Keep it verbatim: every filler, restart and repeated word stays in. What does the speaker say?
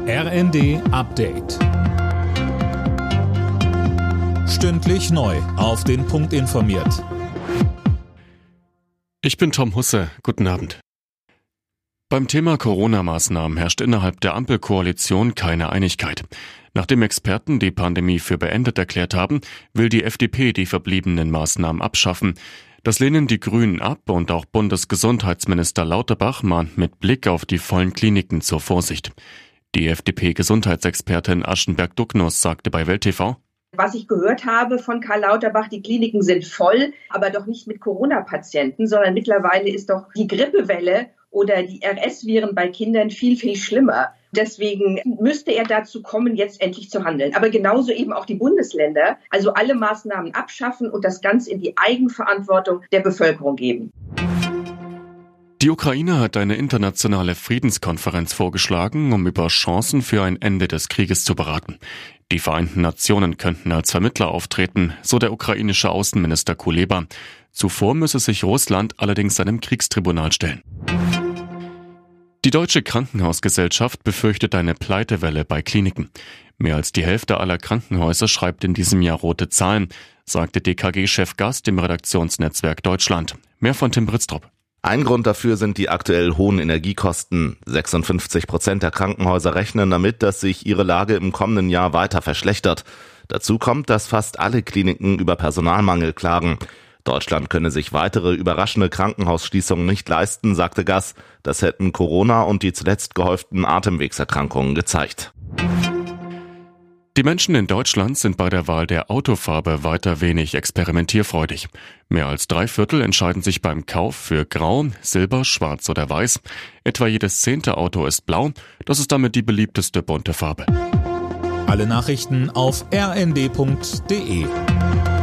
R N D Update. Stündlich neu auf den Punkt informiert. Ich bin Tom Husse. Guten Abend. Beim Thema Corona-Maßnahmen herrscht innerhalb der Ampelkoalition keine Einigkeit. Nachdem Experten die Pandemie für beendet erklärt haben, will die F D P die verbliebenen Maßnahmen abschaffen. Das lehnen die Grünen ab und auch Bundesgesundheitsminister Lauterbach mahnt mit Blick auf die vollen Kliniken zur Vorsicht. Die F D P-Gesundheitsexpertin Aschenberg-Ducknuss sagte bei Welt T V: Was ich gehört habe von Karl Lauterbach, die Kliniken sind voll, aber doch nicht mit Corona-Patienten, sondern mittlerweile ist doch die Grippewelle oder die R S-Viren bei Kindern viel, viel schlimmer. Deswegen müsste er dazu kommen, jetzt endlich zu handeln. Aber genauso eben auch die Bundesländer, also alle Maßnahmen abschaffen und das Ganze in die Eigenverantwortung der Bevölkerung geben. Die Ukraine hat eine internationale Friedenskonferenz vorgeschlagen, um über Chancen für ein Ende des Krieges zu beraten. Die Vereinten Nationen könnten als Vermittler auftreten, so der ukrainische Außenminister Kuleba. Zuvor müsse sich Russland allerdings einem Kriegstribunal stellen. Die Deutsche Krankenhausgesellschaft befürchtet eine Pleitewelle bei Kliniken. Mehr als die Hälfte aller Krankenhäuser schreibt in diesem Jahr rote Zahlen, sagte D K G-Chef Gast im Redaktionsnetzwerk Deutschland. Mehr von Tim Britztrup. Ein Grund dafür sind die aktuell hohen Energiekosten. sechsundfünfzig Prozent der Krankenhäuser rechnen damit, dass sich ihre Lage im kommenden Jahr weiter verschlechtert. Dazu kommt, dass fast alle Kliniken über Personalmangel klagen. Deutschland könne sich weitere überraschende Krankenhausschließungen nicht leisten, sagte Gass. Das hätten Corona und die zuletzt gehäuften Atemwegserkrankungen gezeigt. Die Menschen in Deutschland sind bei der Wahl der Autofarbe weiter wenig experimentierfreudig. Mehr als drei Viertel entscheiden sich beim Kauf für Grau, Silber, Schwarz oder Weiß. Etwa jedes zehnte Auto ist blau. Das ist damit die beliebteste bunte Farbe. Alle Nachrichten auf r n d punkt d e.